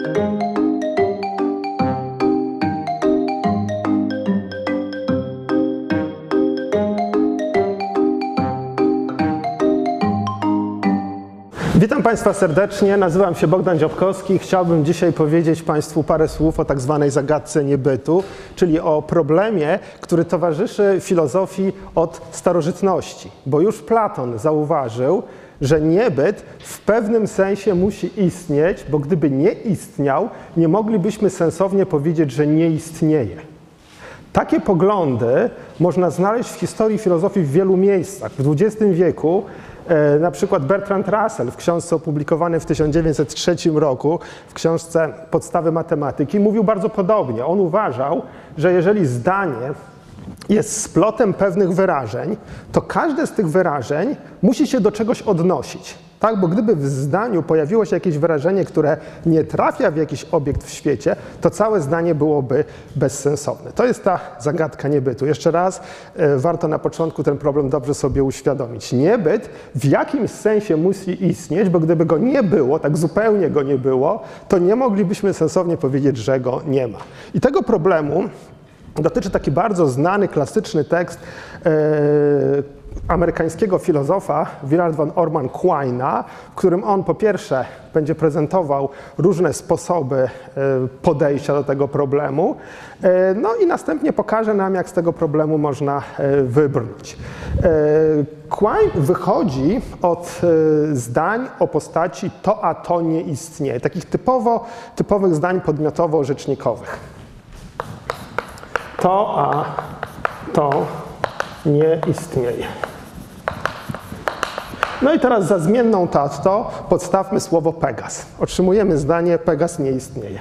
Witam Państwa serdecznie, nazywam się Bogdan Dziobkowski. Chciałbym dzisiaj powiedzieć Państwu parę słów o tak zwanej zagadce niebytu, czyli o problemie, który towarzyszy filozofii od starożytności. Bo już Platon zauważył, że niebyt w pewnym sensie musi istnieć, bo gdyby nie istniał, nie moglibyśmy sensownie powiedzieć, że nie istnieje. Takie poglądy można znaleźć w historii filozofii w wielu miejscach. W XX wieku na przykład Bertrand Russell w książce opublikowanej w 1903 roku, w książce Podstawy matematyki, mówił bardzo podobnie. On uważał, że jeżeli zdanie jest splotem pewnych wyrażeń, to każde z tych wyrażeń musi się do czegoś odnosić. Tak? Bo gdyby w zdaniu pojawiło się jakieś wyrażenie, które nie trafia w jakiś obiekt w świecie, to całe zdanie byłoby bezsensowne. To jest ta zagadka niebytu. Jeszcze raz warto na początku ten problem dobrze sobie uświadomić. Niebyt w jakimś sensie musi istnieć, bo gdyby go nie było, tak zupełnie go nie było, to nie moglibyśmy sensownie powiedzieć, że go nie ma. I tego problemu dotyczy taki bardzo znany, klasyczny tekst amerykańskiego filozofa Willard van Orman Quine'a, w którym on po pierwsze będzie prezentował różne sposoby podejścia do tego problemu, no i następnie pokaże nam, jak z tego problemu można wybrnąć. Quine wychodzi od zdań o postaci to, a to nie istnieje, takich typowych zdań podmiotowo-rzecznikowych. To, a to nie istnieje. No i teraz za zmienną tatto podstawmy słowo Pegas. Otrzymujemy zdanie Pegas nie istnieje.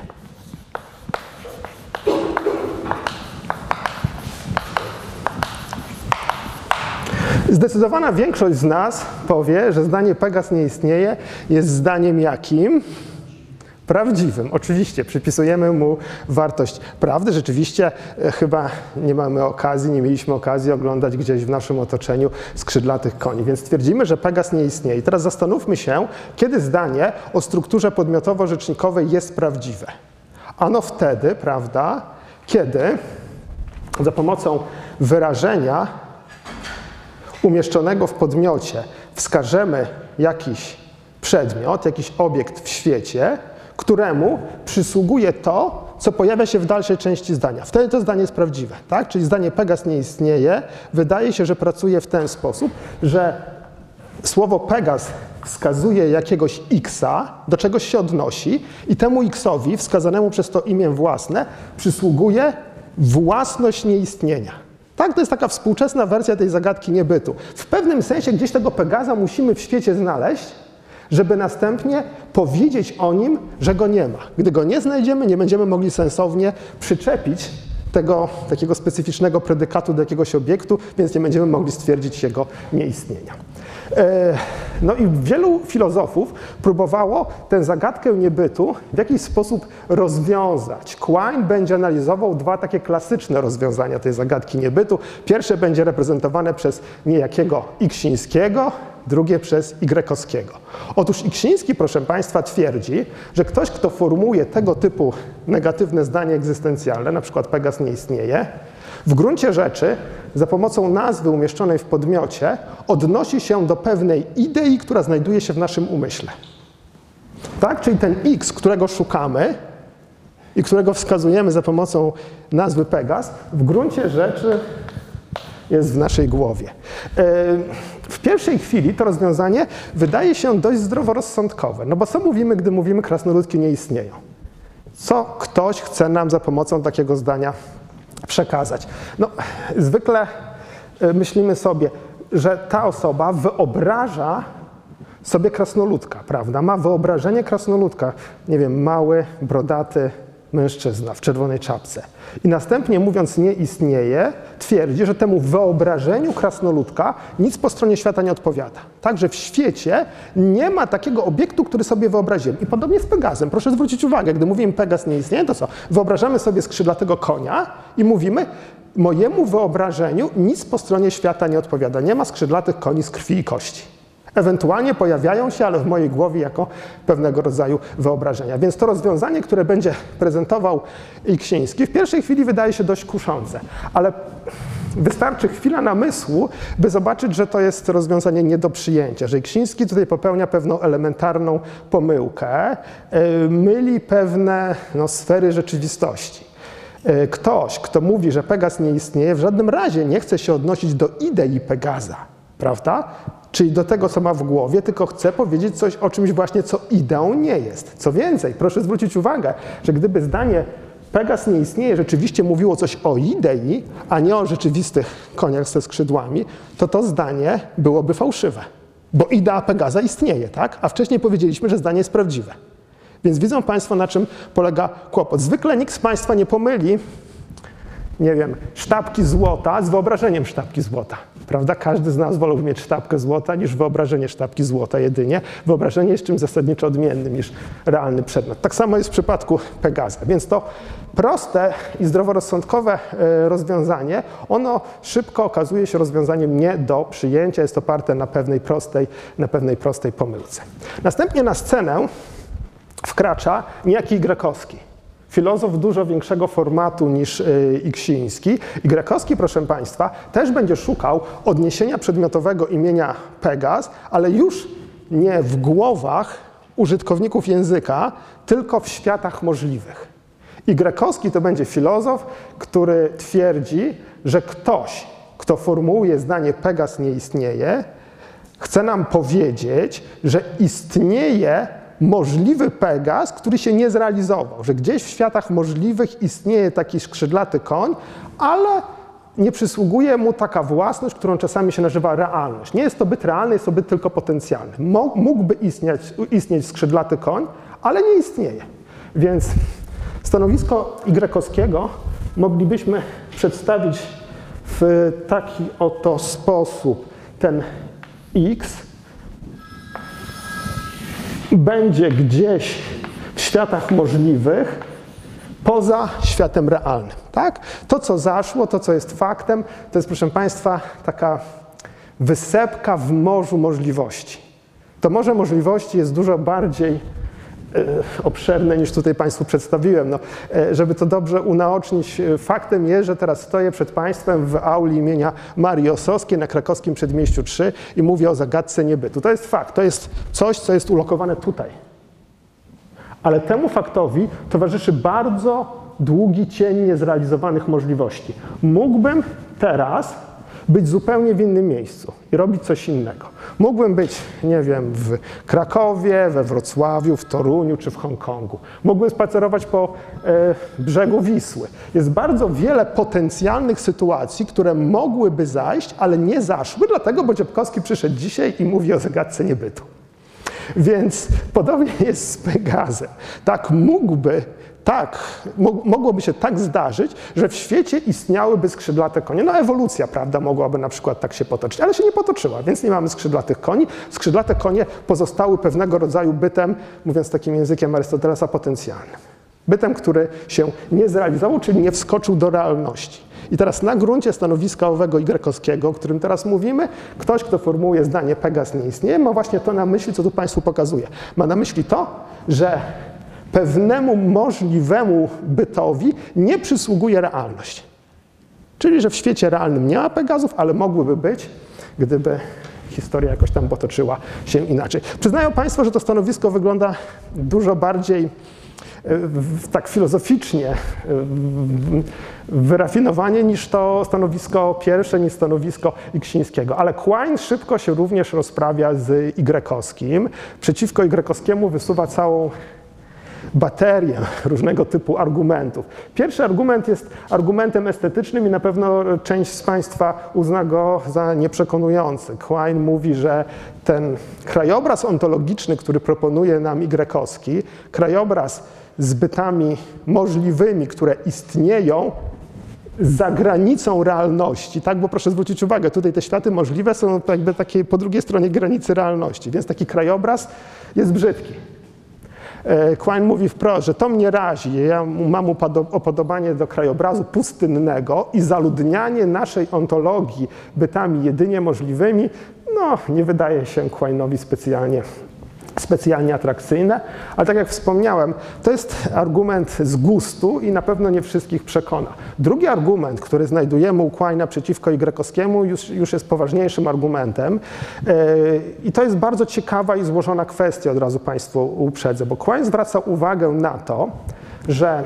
Zdecydowana większość z nas powie, że zdanie Pegas nie istnieje jest zdaniem jakim? Prawdziwym. Oczywiście przypisujemy mu wartość prawdy. Rzeczywiście chyba nie mieliśmy okazji oglądać gdzieś w naszym otoczeniu skrzydlatych koni, więc twierdzimy, że Pegas nie istnieje. I teraz zastanówmy się, kiedy zdanie o strukturze podmiotowo-rzecznikowej jest prawdziwe. Ano wtedy, prawda, kiedy za pomocą wyrażenia umieszczonego w podmiocie wskażemy jakiś przedmiot, jakiś obiekt w świecie, któremu przysługuje to, co pojawia się w dalszej części zdania. Wtedy to zdanie jest prawdziwe, tak? Czyli zdanie Pegas nie istnieje, wydaje się, że pracuje w ten sposób, że słowo Pegas wskazuje jakiegoś x-a, do czegoś się odnosi i temu x-owi, wskazanemu przez to imię własne, przysługuje własność nieistnienia. Tak, to jest taka współczesna wersja tej zagadki niebytu. W pewnym sensie gdzieś tego Pegasa musimy w świecie znaleźć, żeby następnie powiedzieć o nim, że go nie ma. Gdy go nie znajdziemy, nie będziemy mogli sensownie przyczepić tego takiego specyficznego predykatu do jakiegoś obiektu, więc nie będziemy mogli stwierdzić jego nieistnienia. No i wielu filozofów próbowało tę zagadkę niebytu w jakiś sposób rozwiązać. Quine będzie analizował dwa takie klasyczne rozwiązania tej zagadki niebytu. Pierwsze będzie reprezentowane przez niejakiego Iksińskiego, drugie przez Y-owskiego. Otóż Iksiński, proszę Państwa, twierdzi, że ktoś, kto formułuje tego typu negatywne zdanie egzystencjalne, na przykład Pegas nie istnieje, w gruncie rzeczy za pomocą nazwy umieszczonej w podmiocie odnosi się do pewnej idei, która znajduje się w naszym umyśle. Tak? Czyli ten X, którego szukamy i którego wskazujemy za pomocą nazwy Pegas, w gruncie rzeczy jest w naszej głowie. W pierwszej chwili to rozwiązanie wydaje się dość zdroworozsądkowe. No bo co mówimy, gdy mówimy krasnoludki nie istnieją? Co ktoś chce nam za pomocą takiego zdania przekazać? No, zwykle myślimy sobie, że ta osoba wyobraża sobie krasnoludka, prawda? Ma wyobrażenie krasnoludka, nie wiem, mały, brodaty mężczyzna w czerwonej czapce. I następnie, mówiąc nie istnieje, twierdzi, że temu wyobrażeniu krasnoludka nic po stronie świata nie odpowiada. Także w świecie nie ma takiego obiektu, który sobie wyobraziłem. I podobnie z Pegasem. Proszę zwrócić uwagę, gdy mówimy Pegas nie istnieje, to co? Wyobrażamy sobie skrzydlatego konia i mówimy, mojemu wyobrażeniu nic po stronie świata nie odpowiada. Nie ma skrzydlatych koni z krwi i kości. Ewentualnie pojawiają się, ale w mojej głowie jako pewnego rodzaju wyobrażenia. Więc to rozwiązanie, które będzie prezentował Iksiński, w pierwszej chwili wydaje się dość kuszące, ale wystarczy chwila namysłu, by zobaczyć, że to jest rozwiązanie nie do przyjęcia, że Iksiński tutaj popełnia pewną elementarną pomyłkę, myli pewne sfery rzeczywistości. Ktoś, kto mówi, że Pegas nie istnieje, w żadnym razie nie chce się odnosić do idei Pegaza, prawda? Czyli do tego, co ma w głowie, tylko chce powiedzieć coś o czymś właśnie, co ideą nie jest. Co więcej, proszę zwrócić uwagę, że gdyby zdanie Pegas nie istnieje rzeczywiście mówiło coś o idei, a nie o rzeczywistych koniach ze skrzydłami, to to zdanie byłoby fałszywe. Bo idea Pegaza istnieje, tak? A wcześniej powiedzieliśmy, że zdanie jest prawdziwe. Więc widzą Państwo, na czym polega kłopot. Zwykle nikt z Państwa nie pomyli, nie wiem, sztabki złota z wyobrażeniem sztabki złota. Prawda? Każdy z nas wolałby mieć sztabkę złota niż wyobrażenie sztabki złota jedynie. Wyobrażenie jest czymś zasadniczo odmiennym niż realny przedmiot. Tak samo jest w przypadku Pegaza. Więc to proste i zdroworozsądkowe rozwiązanie, ono szybko okazuje się rozwiązaniem nie do przyjęcia. Jest oparte na pewnej prostej pomyłce. Następnie na scenę wkracza niejaki Grekowski. Filozof dużo większego formatu niż Iksiński. I Grekowski, proszę Państwa, też będzie szukał odniesienia przedmiotowego imienia Pegas, ale już nie w głowach użytkowników języka, tylko w światach możliwych. I Grekowski to będzie filozof, który twierdzi, że ktoś, kto formułuje zdanie Pegas nie istnieje, chce nam powiedzieć, że istnieje możliwy Pegas, który się nie zrealizował, że gdzieś w światach możliwych istnieje taki skrzydlaty koń, ale nie przysługuje mu taka własność, którą czasami się nazywa realność. Nie jest to byt realny, jest to byt tylko potencjalny. Mógłby istnieć skrzydlaty koń, ale nie istnieje. Więc stanowisko Grekowskiego moglibyśmy przedstawić w taki oto sposób. Ten X będzie gdzieś w światach możliwych poza światem realnym. Tak? To, co zaszło, to, co jest faktem, to jest, proszę Państwa, taka wysepka w morzu możliwości. To morze możliwości jest dużo bardziej obszerne niż tutaj Państwu przedstawiłem. Żeby to dobrze unaocznić, faktem jest, że teraz stoję przed Państwem w auli imienia Marii Ossowskiej na krakowskim Przedmieściu 3 i mówię o zagadce niebytu. To jest fakt, to jest coś, co jest ulokowane tutaj. Ale temu faktowi towarzyszy bardzo długi cień niezrealizowanych możliwości. Mógłbym teraz być zupełnie w innym miejscu i robić coś innego. Mógłbym być, nie wiem, w Krakowie, we Wrocławiu, w Toruniu czy w Hongkongu. Mógłbym spacerować po brzegu Wisły. Jest bardzo wiele potencjalnych sytuacji, które mogłyby zajść, ale nie zaszły, dlatego bo Dziebkowski przyszedł dzisiaj i mówi o zagadce niebytu. Więc podobnie jest z Pegazem. Mogłoby się tak zdarzyć, że w świecie istniałyby skrzydlate konie. No ewolucja, prawda, mogłaby na przykład tak się potoczyć, ale się nie potoczyła, więc nie mamy skrzydlatych koni. Skrzydlate konie pozostały pewnego rodzaju bytem, mówiąc takim językiem Arystotelesa, potencjalnym. Bytem, który się nie zrealizował, czyli nie wskoczył do realności. I teraz na gruncie stanowiska owego i Grekowskiego, o którym teraz mówimy, ktoś, kto formułuje zdanie Pegas nie istnieje, ma właśnie to na myśli, co tu Państwu pokazuję. Ma na myśli to, że pewnemu możliwemu bytowi nie przysługuje realność. Czyli, że w świecie realnym nie ma Pegazów, ale mogłyby być, gdyby historia jakoś tam potoczyła się inaczej. Przyznają Państwo, że to stanowisko wygląda dużo bardziej tak filozoficznie, wyrafinowanie niż to stanowisko pierwsze, niż stanowisko Iksińskiego. Ale Quine szybko się również rozprawia z Igrekowskim. Przeciwko Igrekowskiemu wysuwa całą baterię różnego typu argumentów. Pierwszy argument jest argumentem estetycznym i na pewno część z Państwa uzna go za nieprzekonujący. Quine mówi, że ten krajobraz ontologiczny, który proponuje nam Igrekowski, krajobraz z bytami możliwymi, które istnieją za granicą realności, tak? Bo proszę zwrócić uwagę, tutaj te światy możliwe są jakby takie po drugiej stronie granicy realności, więc taki krajobraz jest brzydki. Quine mówi wprost, że to mnie razi, ja mam upodobanie do krajobrazu pustynnego i zaludnianie naszej ontologii bytami jedynie możliwymi, no, nie wydaje się Quine'owi specjalnie atrakcyjne, ale tak jak wspomniałem, to jest argument z gustu i na pewno nie wszystkich przekona. Drugi argument, który znajdujemy u Quine'a przeciwko Y-owskiemu, już jest poważniejszym argumentem i to jest bardzo ciekawa i złożona kwestia, od razu Państwu uprzedzę, bo Quine zwraca uwagę na to, że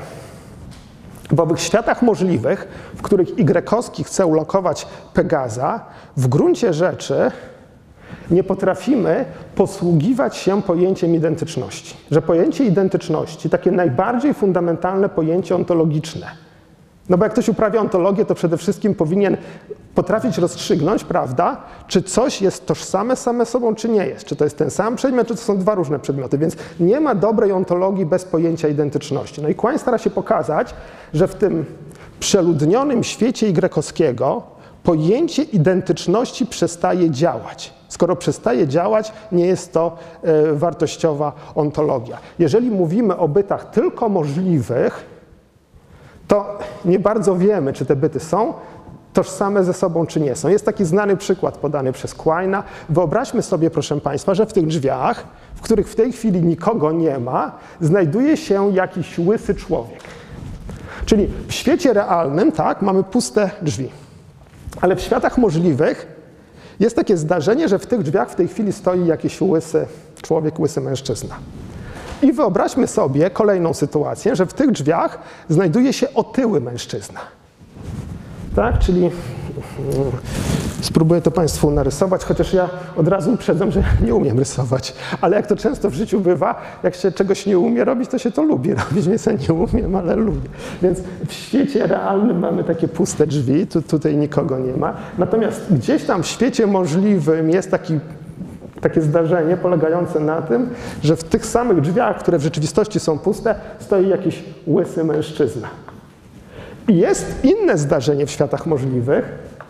w owych światach możliwych, w których Y-owski chce ulokować Pegaza, w gruncie rzeczy nie potrafimy posługiwać się pojęciem identyczności. Że pojęcie identyczności, takie najbardziej fundamentalne pojęcie ontologiczne, no bo jak ktoś uprawia ontologię, to przede wszystkim powinien potrafić rozstrzygnąć, prawda, czy coś jest tożsame same sobą, czy nie jest. Czy to jest ten sam przedmiot, czy to są dwa różne przedmioty. Więc nie ma dobrej ontologii bez pojęcia identyczności. No i Quine stara się pokazać, że w tym przeludnionym świecie Y-owskiego pojęcie identyczności przestaje działać. Skoro przestaje działać, nie jest to wartościowa ontologia. Jeżeli mówimy o bytach tylko możliwych, to nie bardzo wiemy, czy te byty są tożsame ze sobą, czy nie są. Jest taki znany przykład podany przez Quine'a. Wyobraźmy sobie, proszę Państwa, że w tych drzwiach, w których w tej chwili nikogo nie ma, znajduje się jakiś łysy człowiek. Czyli w świecie realnym, tak, mamy puste drzwi. Ale w światach możliwych jest takie zdarzenie, że w tych drzwiach w tej chwili stoi jakiś łysy człowiek, łysy mężczyzna. I wyobraźmy sobie kolejną sytuację, że w tych drzwiach znajduje się otyły mężczyzna. Tak, czyli spróbuję to Państwu narysować, chociaż ja od razu uprzedzam, że nie umiem rysować. Ale jak to często w życiu bywa, jak się czegoś nie umie robić, to się to lubi robić, więc ja nie umiem, ale lubię. Więc w świecie realnym mamy takie puste drzwi, tutaj nikogo nie ma. Natomiast gdzieś tam w świecie możliwym jest takie zdarzenie polegające na tym, że w tych samych drzwiach, które w rzeczywistości są puste, stoi jakiś łysy mężczyzna. I jest inne zdarzenie w światach możliwych,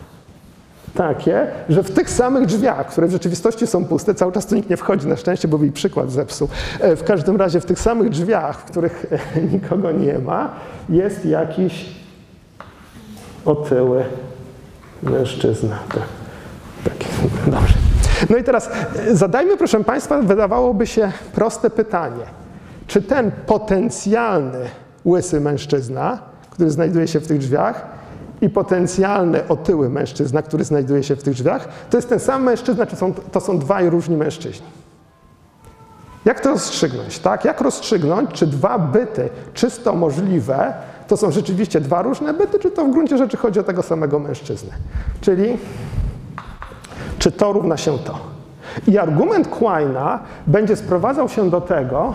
takie, że w tych samych drzwiach, które w rzeczywistości są puste, cały czas tu nikt nie wchodzi, na szczęście, bo mi przykład zepsuł. W każdym razie w tych samych drzwiach, w których nikogo nie ma, jest jakiś otyły mężczyzna. Tak, dobrze. No i teraz zadajmy, proszę Państwa, wydawałoby się proste pytanie. Czy ten potencjalny łysy mężczyzna, który znajduje się w tych drzwiach, i potencjalny otyły mężczyzna, który znajduje się w tych drzwiach, to jest ten sam mężczyzna, czy to są dwaj różni mężczyźni? Jak to rozstrzygnąć, tak? Jak rozstrzygnąć, czy dwa byty czysto możliwe to są rzeczywiście dwa różne byty, czy to w gruncie rzeczy chodzi o tego samego mężczyznę? Czyli czy to równa się to? I argument Quine'a będzie sprowadzał się do tego,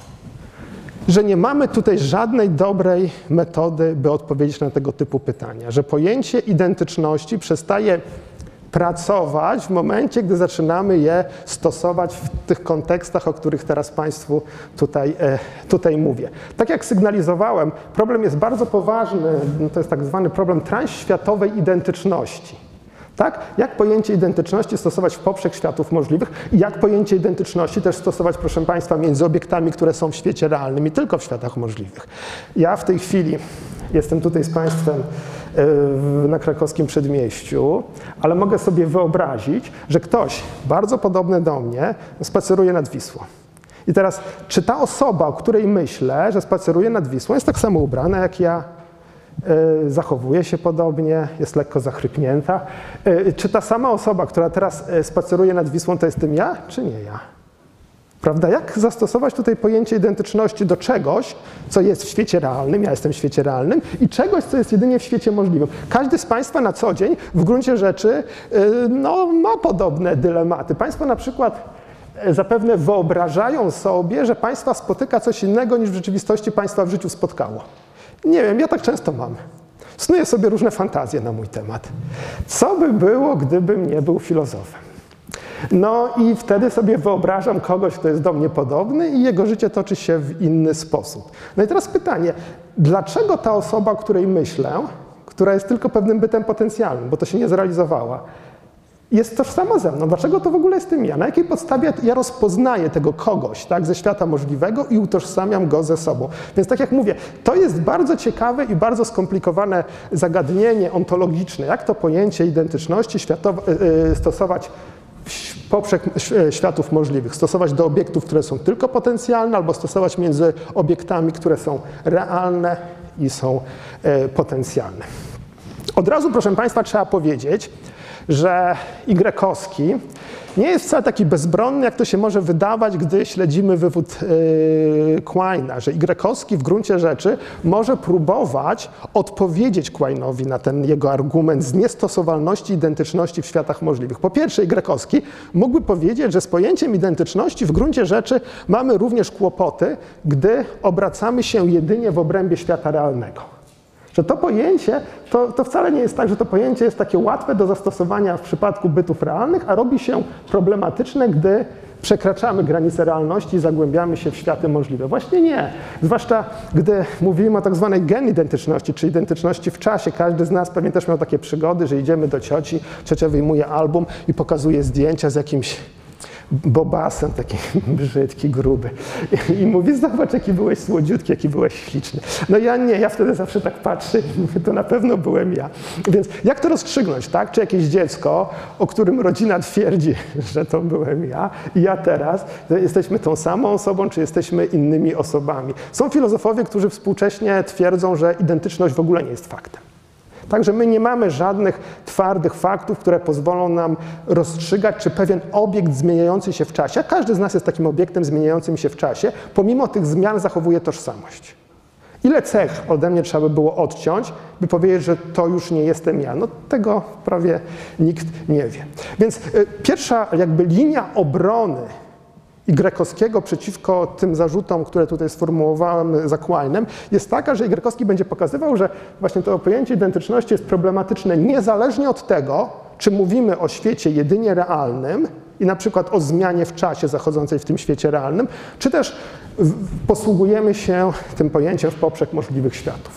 że nie mamy tutaj żadnej dobrej metody, by odpowiedzieć na tego typu pytania, że pojęcie identyczności przestaje pracować w momencie, gdy zaczynamy je stosować w tych kontekstach, o których teraz Państwu tutaj mówię. Tak jak sygnalizowałem, problem jest bardzo poważny, to jest tak zwany problem transświatowej identyczności. Tak? Jak pojęcie identyczności stosować w poprzek światów możliwych i jak pojęcie identyczności też stosować, proszę Państwa, między obiektami, które są w świecie realnym i tylko w światach możliwych. Ja w tej chwili jestem tutaj z Państwem na krakowskim Przedmieściu, ale mogę sobie wyobrazić, że ktoś bardzo podobny do mnie spaceruje nad Wisłą. I teraz, czy ta osoba, o której myślę, że spaceruje nad Wisłą, jest tak samo ubrana jak ja, zachowuje się podobnie, jest lekko zachrypnięta. Czy ta sama osoba, która teraz spaceruje nad Wisłą, to jestem ja, czy nie ja? Prawda? Jak zastosować tutaj pojęcie identyczności do czegoś, co jest w świecie realnym, ja jestem w świecie realnym, i czegoś, co jest jedynie w świecie możliwym? Każdy z Państwa na co dzień w gruncie rzeczy ma podobne dylematy. Państwo na przykład zapewne wyobrażają sobie, że Państwa spotyka coś innego, niż w rzeczywistości Państwa w życiu spotkało. Nie wiem, ja tak często mam. Snuję sobie różne fantazje na mój temat. Co by było, gdybym nie był filozofem? No i wtedy sobie wyobrażam kogoś, kto jest do mnie podobny i jego życie toczy się w inny sposób. No i teraz pytanie, dlaczego ta osoba, o której myślę, która jest tylko pewnym bytem potencjalnym, bo to się nie zrealizowała, jest tożsama ze mną? Dlaczego to w ogóle jestem ja? Na jakiej podstawie ja rozpoznaję tego kogoś, tak, ze świata możliwego i utożsamiam go ze sobą? Więc tak jak mówię, to jest bardzo ciekawe i bardzo skomplikowane zagadnienie ontologiczne. Jak to pojęcie identyczności stosować w poprzek światów możliwych stosować do obiektów, które są tylko potencjalne, albo stosować między obiektami, które są realne i są potencjalne. Od razu, proszę Państwa, trzeba powiedzieć, że Y-owski nie jest wcale taki bezbronny, jak to się może wydawać, gdy śledzimy wywód Quine'a, że Y-owski w gruncie rzeczy może próbować odpowiedzieć Quine'owi na ten jego argument z niestosowalności identyczności w światach możliwych. Po pierwsze, Y-owski mógłby powiedzieć, że z pojęciem identyczności w gruncie rzeczy mamy również kłopoty, gdy obracamy się jedynie w obrębie świata realnego. Że to pojęcie, to wcale nie jest tak, że to pojęcie jest takie łatwe do zastosowania w przypadku bytów realnych, a robi się problematyczne, gdy przekraczamy granice realności i zagłębiamy się w światy możliwe. Właśnie nie. Zwłaszcza gdy mówimy o tak zwanej gen-identyczności, czy identyczności w czasie. Każdy z nas pewnie też miał takie przygody, że idziemy do cioci, ciocia wyjmuje album i pokazuje zdjęcia z jakimś bobasem, taki brzydki, gruby. I mówi, zobacz, jaki byłeś słodziutki, jaki byłeś śliczny. No ja nie, ja wtedy zawsze tak patrzę i mówię, to na pewno byłem ja. Więc jak to rozstrzygnąć, tak? Czy jakieś dziecko, o którym rodzina twierdzi, że to byłem ja i ja teraz, jesteśmy tą samą osobą, czy jesteśmy innymi osobami? Są filozofowie, którzy współcześnie twierdzą, że identyczność w ogóle nie jest faktem. Także my nie mamy żadnych twardych faktów, które pozwolą nam rozstrzygać, czy pewien obiekt zmieniający się w czasie, a każdy z nas jest takim obiektem zmieniającym się w czasie, pomimo tych zmian zachowuje tożsamość. Ile cech ode mnie trzeba by było odciąć, by powiedzieć, że to już nie jestem ja? No tego prawie nikt nie wie. Więc pierwsza jakby linia obrony Y-owskiego przeciwko tym zarzutom, które tutaj sformułowałem za Quine'em, jest taka, że Y-owski będzie pokazywał, że właśnie to pojęcie identyczności jest problematyczne niezależnie od tego, czy mówimy o świecie jedynie realnym i na przykład o zmianie w czasie zachodzącej w tym świecie realnym, czy też posługujemy się tym pojęciem w poprzek możliwych światów.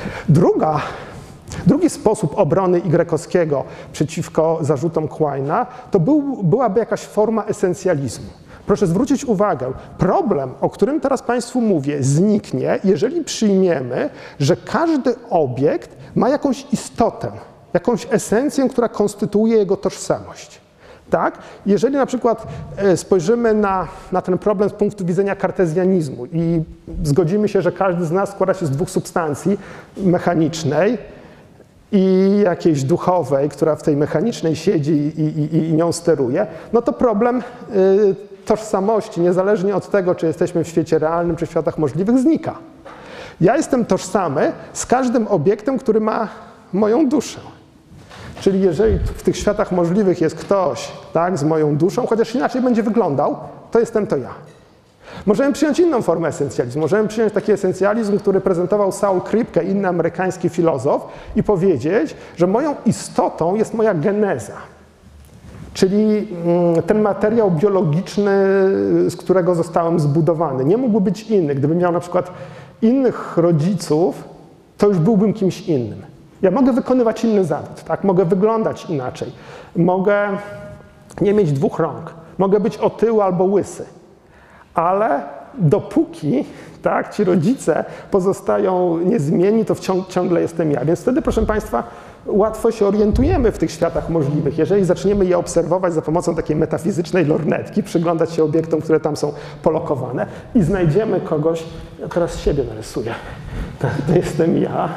Drugi sposób obrony Y-owskiego przeciwko zarzutom Quine'a to byłaby jakaś forma esencjalizmu. Proszę zwrócić uwagę, problem, o którym teraz Państwu mówię, zniknie, jeżeli przyjmiemy, że każdy obiekt ma jakąś istotę, jakąś esencję, która konstytuuje jego tożsamość. Tak? Jeżeli na przykład spojrzymy na ten problem z punktu widzenia kartezjanizmu i zgodzimy się, że każdy z nas składa się z dwóch substancji, mechanicznej i jakiejś duchowej, która w tej mechanicznej siedzi i nią steruje, no to problem tożsamości, niezależnie od tego, czy jesteśmy w świecie realnym, czy w światach możliwych, znika. Ja jestem tożsamy z każdym obiektem, który ma moją duszę. Czyli jeżeli w tych światach możliwych jest ktoś, tak, z moją duszą, chociaż inaczej będzie wyglądał, to jestem to ja. Możemy przyjąć inną formę esencjalizmu. Możemy przyjąć taki esencjalizm, który prezentował Saul Kripke, inny amerykański filozof, i powiedzieć, że moją istotą jest moja geneza. Czyli ten materiał biologiczny, z którego zostałem zbudowany. Nie mógłby być inny. Gdybym miał na przykład innych rodziców, to już byłbym kimś innym. Ja mogę wykonywać inny zawód, tak? Mogę wyglądać inaczej. Mogę nie mieć dwóch rąk. Mogę być otyły albo łysy. Ale dopóki tak, ci rodzice pozostają niezmienni, to ciągle jestem ja. Więc wtedy, proszę Państwa, łatwo się orientujemy w tych światach możliwych. Jeżeli zaczniemy je obserwować za pomocą takiej metafizycznej lornetki, przyglądać się obiektom, które tam są polokowane i znajdziemy kogoś, ja teraz siebie narysuję, to jestem ja.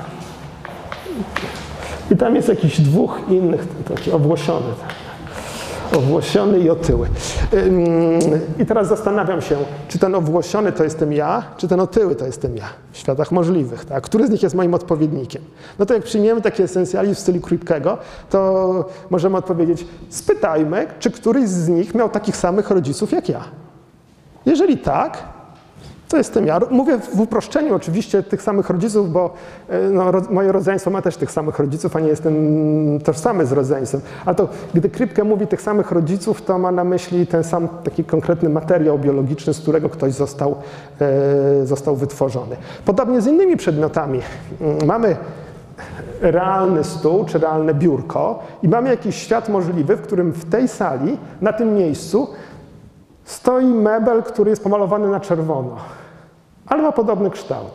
I tam jest jakiś dwóch innych, taki owłosiony i otyły. I teraz zastanawiam się, czy ten owłosiony to jestem ja, czy ten otyły to jestem ja w światach możliwych. Tak? Który z nich jest moim odpowiednikiem? No to jak przyjmiemy taki esencjalizm w stylu Kripkego, to możemy odpowiedzieć, spytajmy, czy któryś z nich miał takich samych rodziców jak ja. Jeżeli tak, to jestem ja. Mówię w uproszczeniu oczywiście tych samych rodziców, bo no, moje rodzeństwo ma też tych samych rodziców, a nie jestem tożsamy z rodzeństwem. A to gdy Kripke mówi tych samych rodziców, to ma na myśli ten sam taki konkretny materiał biologiczny, z którego ktoś został wytworzony. Podobnie z innymi przedmiotami. Mamy realny stół czy realne biurko i mamy jakiś świat możliwy, w którym w tej sali, na tym miejscu stoi mebel, który jest pomalowany na czerwono, ale ma podobny kształt.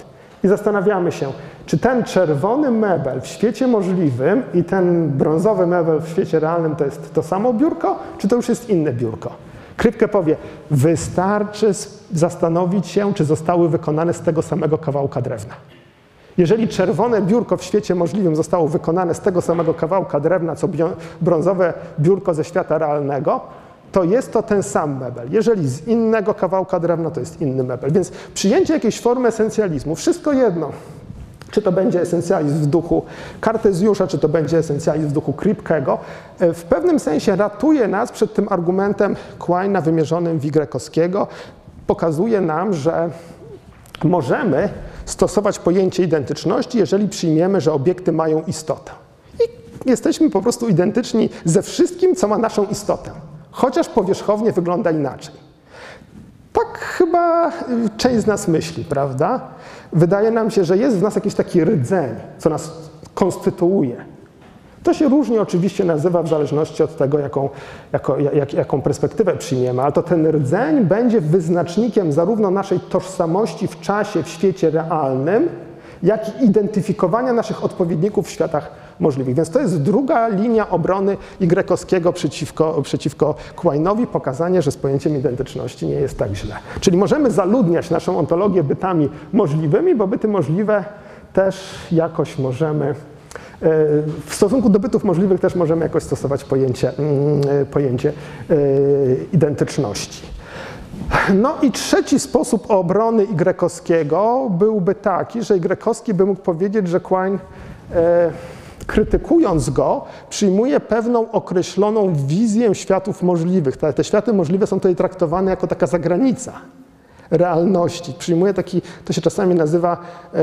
I zastanawiamy się, czy ten czerwony mebel w świecie możliwym i ten brązowy mebel w świecie realnym to jest to samo biurko, czy to już jest inne biurko? Kripke powie, wystarczy zastanowić się, czy zostały wykonane z tego samego kawałka drewna. Jeżeli czerwone biurko w świecie możliwym zostało wykonane z tego samego kawałka drewna, co brązowe biurko ze świata realnego, to jest to ten sam mebel. Jeżeli z innego kawałka drewna, to jest inny mebel. Więc przyjęcie jakiejś formy esencjalizmu, wszystko jedno, czy to będzie esencjalizm w duchu Kartezjusza, czy to będzie esencjalizm w duchu Kripkego, w pewnym sensie ratuje nas przed tym argumentem Quine'a wymierzonym w Y. Pokazuje nam, że możemy stosować pojęcie identyczności, jeżeli przyjmiemy, że obiekty mają istotę. I jesteśmy po prostu identyczni ze wszystkim, co ma naszą istotę. Chociaż powierzchownie wygląda inaczej. Tak chyba część z nas myśli, prawda? Wydaje nam się, że jest w nas jakiś taki rdzeń, co nas konstytuuje. To się różnie oczywiście nazywa w zależności od tego, jaką perspektywę przyjmiemy, ale to ten rdzeń będzie wyznacznikiem zarówno naszej tożsamości w czasie, w świecie realnym, jak i identyfikowania naszych odpowiedników w światach możliwych. Więc to jest druga linia obrony Y przeciwko Quine'owi, pokazanie, że z pojęciem identyczności nie jest tak źle. Czyli możemy zaludniać naszą ontologię bytami możliwymi, bo byty możliwe też jakoś możemy, w stosunku do bytów możliwych też możemy jakoś stosować pojęcie identyczności. No i trzeci sposób obrony Y byłby taki, że Y by mógł powiedzieć, że Quine, krytykując go, przyjmuje pewną określoną wizję światów możliwych. Te światy możliwe są tutaj traktowane jako taka zagranica realności. Przyjmuje taki, to się czasami nazywa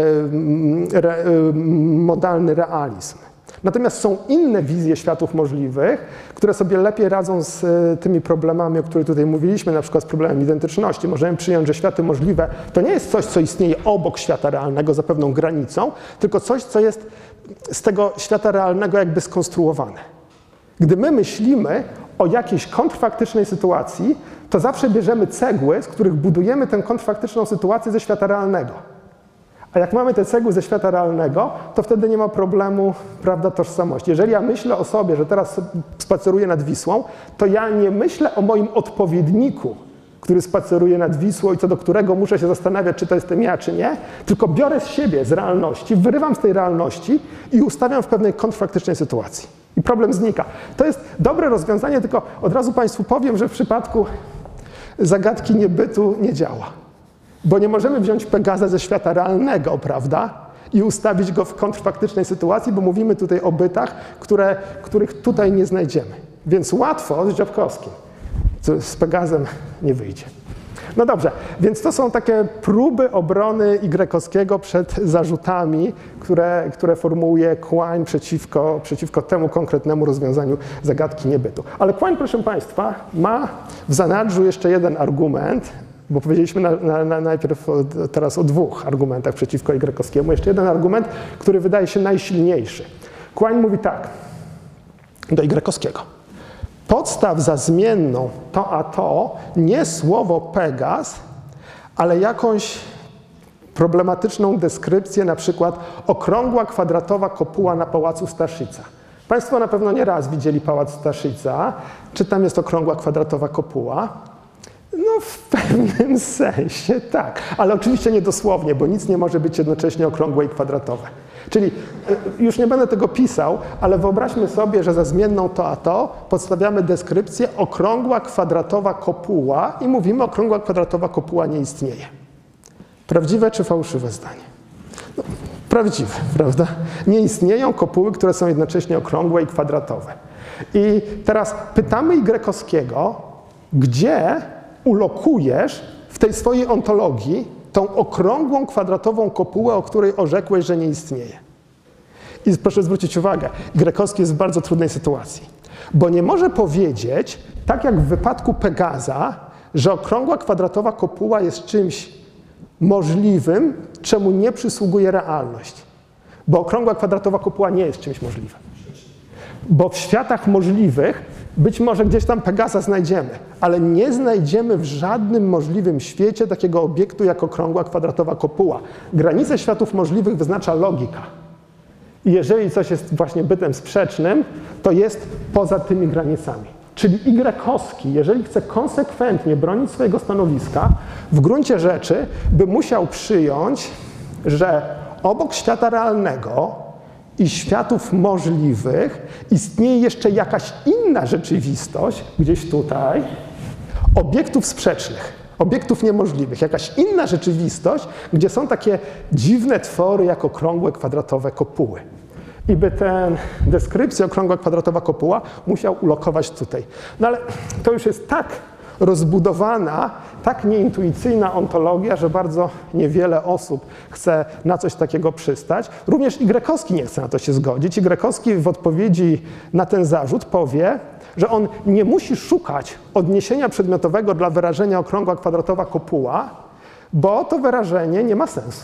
modalny realizm. Natomiast są inne wizje światów możliwych, które sobie lepiej radzą z tymi problemami, o których tutaj mówiliśmy, na przykład z problemem identyczności. Możemy przyjąć, że światy możliwe to nie jest coś, co istnieje obok świata realnego za pewną granicą, tylko coś, co jest z tego świata realnego jakby skonstruowane. Gdy my myślimy o jakiejś kontrfaktycznej sytuacji, to zawsze bierzemy cegły, z których budujemy tę kontrfaktyczną sytuację ze świata realnego. A jak mamy te cegły ze świata realnego, to wtedy nie ma problemu, prawda, tożsamości. Jeżeli ja myślę o sobie, że teraz spaceruję nad Wisłą, to ja nie myślę o moim odpowiedniku, który spaceruje nad Wisłą i co do którego muszę się zastanawiać, czy to jestem ja, czy nie, tylko biorę z siebie, z realności, wyrywam z tej realności i ustawiam w pewnej kontrfaktycznej sytuacji. I problem znika. To jest dobre rozwiązanie, tylko od razu Państwu powiem, że w przypadku zagadki niebytu nie działa. Bo nie możemy wziąć Pegaza ze świata realnego, prawda, i ustawić go w kontrfaktycznej sytuacji, bo mówimy tutaj o bytach, których tutaj nie znajdziemy. Więc łatwo z Dziobkowskim. Z Pegazem nie wyjdzie. No dobrze, więc to są takie próby obrony Y przed zarzutami, które formułuje Quine przeciwko temu konkretnemu rozwiązaniu zagadki niebytu. Ale Quine, proszę Państwa, ma w zanadrzu jeszcze jeden argument, bo powiedzieliśmy najpierw teraz o dwóch argumentach przeciwko Y. Jeszcze jeden argument, który wydaje się najsilniejszy. Quine mówi tak do Y. Podstaw za zmienną to a to nie słowo Pegaz, ale jakąś problematyczną deskrypcję, na przykład okrągła kwadratowa kopuła na pałacu Staszica. Państwo na pewno nie raz widzieli pałac Staszica. Czy tam jest okrągła kwadratowa kopuła? No w pewnym sensie tak, ale oczywiście nie dosłownie, bo nic nie może być jednocześnie okrągłe i kwadratowe. Czyli już nie będę tego pisał, ale wyobraźmy sobie, że za zmienną to a to podstawiamy deskrypcję okrągła kwadratowa kopuła i mówimy okrągła kwadratowa kopuła nie istnieje. Prawdziwe czy fałszywe zdanie? No, prawdziwe, prawda? Nie istnieją kopuły, które są jednocześnie okrągłe i kwadratowe. I teraz pytamy Y, gdzie ulokujesz w tej swojej ontologii tą okrągłą, kwadratową kopułę, o której orzekłeś, że nie istnieje. I proszę zwrócić uwagę, Y jest w bardzo trudnej sytuacji, bo nie może powiedzieć, tak jak w wypadku Pegaza, że okrągła, kwadratowa kopuła jest czymś możliwym, czemu nie przysługuje realność. Bo okrągła, kwadratowa kopuła nie jest czymś możliwym. Bo w światach możliwych Być może gdzieś tam Pegasa znajdziemy, ale nie znajdziemy w żadnym możliwym świecie takiego obiektu jak okrągła kwadratowa kopuła. Granice światów możliwych wyznacza logika. I jeżeli coś jest właśnie bytem sprzecznym, to jest poza tymi granicami. Czyli Y-owski, jeżeli chce konsekwentnie bronić swojego stanowiska, w gruncie rzeczy by musiał przyjąć, że obok świata realnego i światów możliwych istnieje jeszcze jakaś inna rzeczywistość, gdzieś tutaj, obiektów sprzecznych, obiektów niemożliwych, jakaś inna rzeczywistość, gdzie są takie dziwne twory jak okrągłe, kwadratowe kopuły. I by tę deskrypcję okrągła, kwadratowa kopuła musiał ulokować tutaj. No ale to już jest tak rozbudowana, tak nieintuicyjna ontologia, że bardzo niewiele osób chce na coś takiego przystać. Również Y-owski nie chce na to się zgodzić. Y-owski w odpowiedzi na ten zarzut powie, że on nie musi szukać odniesienia przedmiotowego dla wyrażenia okrągła, kwadratowa kopuła, bo to wyrażenie nie ma sensu.